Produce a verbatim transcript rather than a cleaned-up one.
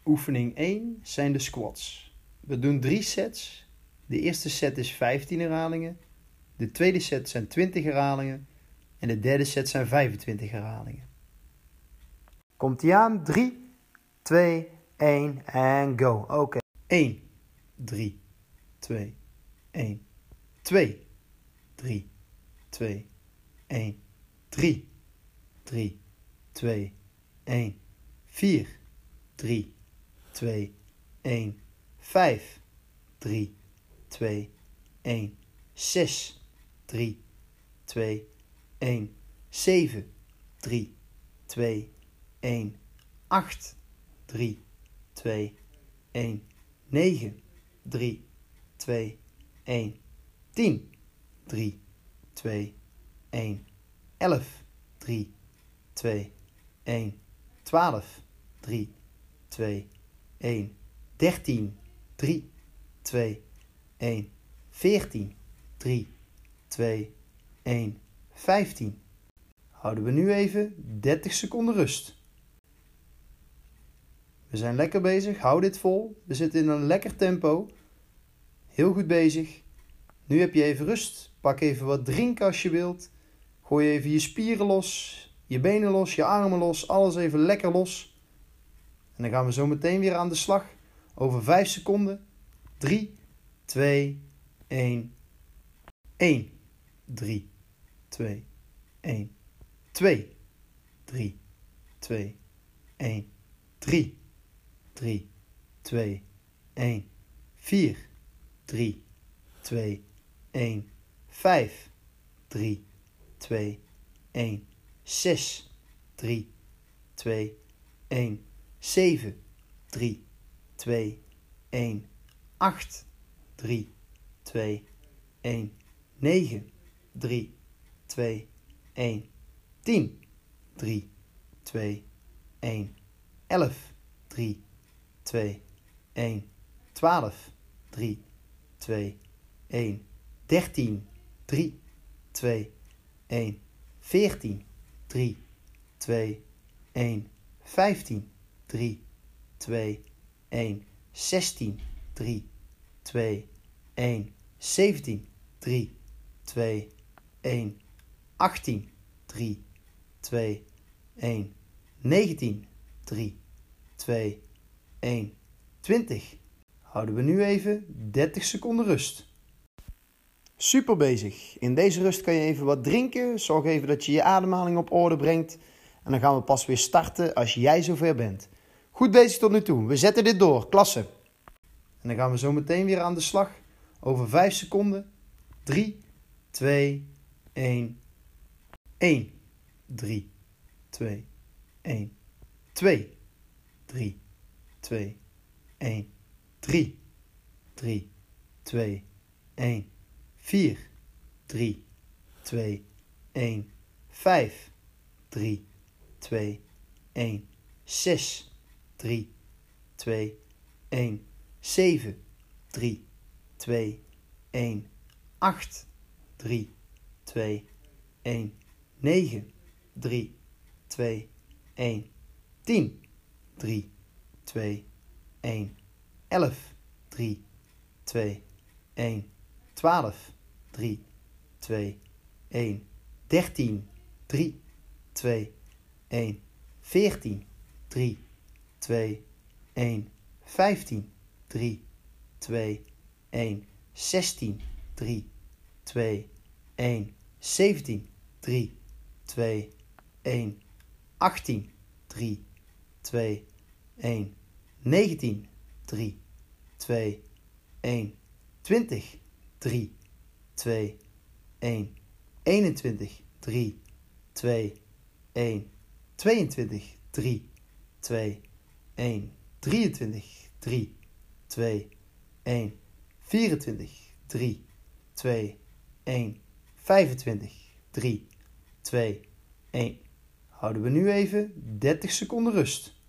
Oefening één zijn de squats. We doen drie sets. De eerste set is vijftien herhalingen. De tweede set zijn twintig herhalingen. En de derde set zijn vijfentwintig herhalingen. Komt-ie aan? drie, twee, één en go. Oké. Okay. één, drie, twee, één, twee, drie, twee, één, drie, drie, twee, één, vier, drie, twee, één, vijf, drie, twee, één, zes, drie, twee, één, zeven, drie, twee, één, acht, drie, twee, één, negen, drie, twee, één, tien, drie, twee, één, elf, drie, twee, één, twaalf, drie, twee, één, dertien, drie, twee, één, veertien, drie, twee, één, vijftien. Houden we nu even dertig seconden rust. We zijn lekker bezig, hou dit vol. We zitten in een lekker tempo. Heel goed bezig. Nu heb je even rust. Pak even wat drinken als je wilt. Gooi even je spieren los, je benen los, je armen los. Alles even lekker los. En dan gaan we zo meteen weer aan de slag. Over vijf seconden. drie, twee, één. één, drie, twee, één. twee, drie, twee, één. drie, drie, twee, één. vier, drie, twee, één. vijf, drie, twee, één. zes, drie, twee, één. zeven, drie, twee, één. acht, drie, twee, één. negen, drie, twee, één. tien, drie, twee, één. elf, drie, twee, één. twaalf, drie, twee, één. dertien, drie, twee, één. veertien, drie, twee, één. vijftien, drie, twee, één. zestien, drie, twee, één. zeventien, drie, twee, één. achttien, drie, twee, één. negentien, drie, twee, één. twintig. Houden we nu even dertig seconden rust. Super bezig. In deze rust kan je even wat drinken. Zorg even dat je je ademhaling op orde brengt. En dan gaan we pas weer starten als jij zover bent. Goed bezig tot nu toe. We zetten dit door. Klasse. En dan gaan we zo meteen weer aan de slag. Over vijf seconden. drie, twee, één. één, drie, twee, één. twee, drie, twee, één. drie, drie, twee, één. vier, drie, twee, één. vijf, drie, twee, één. zes, drie, twee, één. zeven, drie, twee, één. acht, drie, twee, één. negen, drie, twee, één. tien, drie, twee, één. elf, drie, twee, één. twaalf, drie, twee, één. dertien, drie, twee, één. veertien, drie, twee, één. vijftien, drie, twee, één. zestien, drie, twee, één. zeventien, drie, twee, één. achttien, drie, twee, één. negentien, drie, twee, één. twintig, drie, twee, één. eenentwintig, drie, twee, één. tweeëntwintig, drie, twee, één. drieëntwintig, drie, twee, één. vierentwintig, drie, twee, één. vijfentwintig, drie, twee, één. Houden we nu even dertig seconden rust.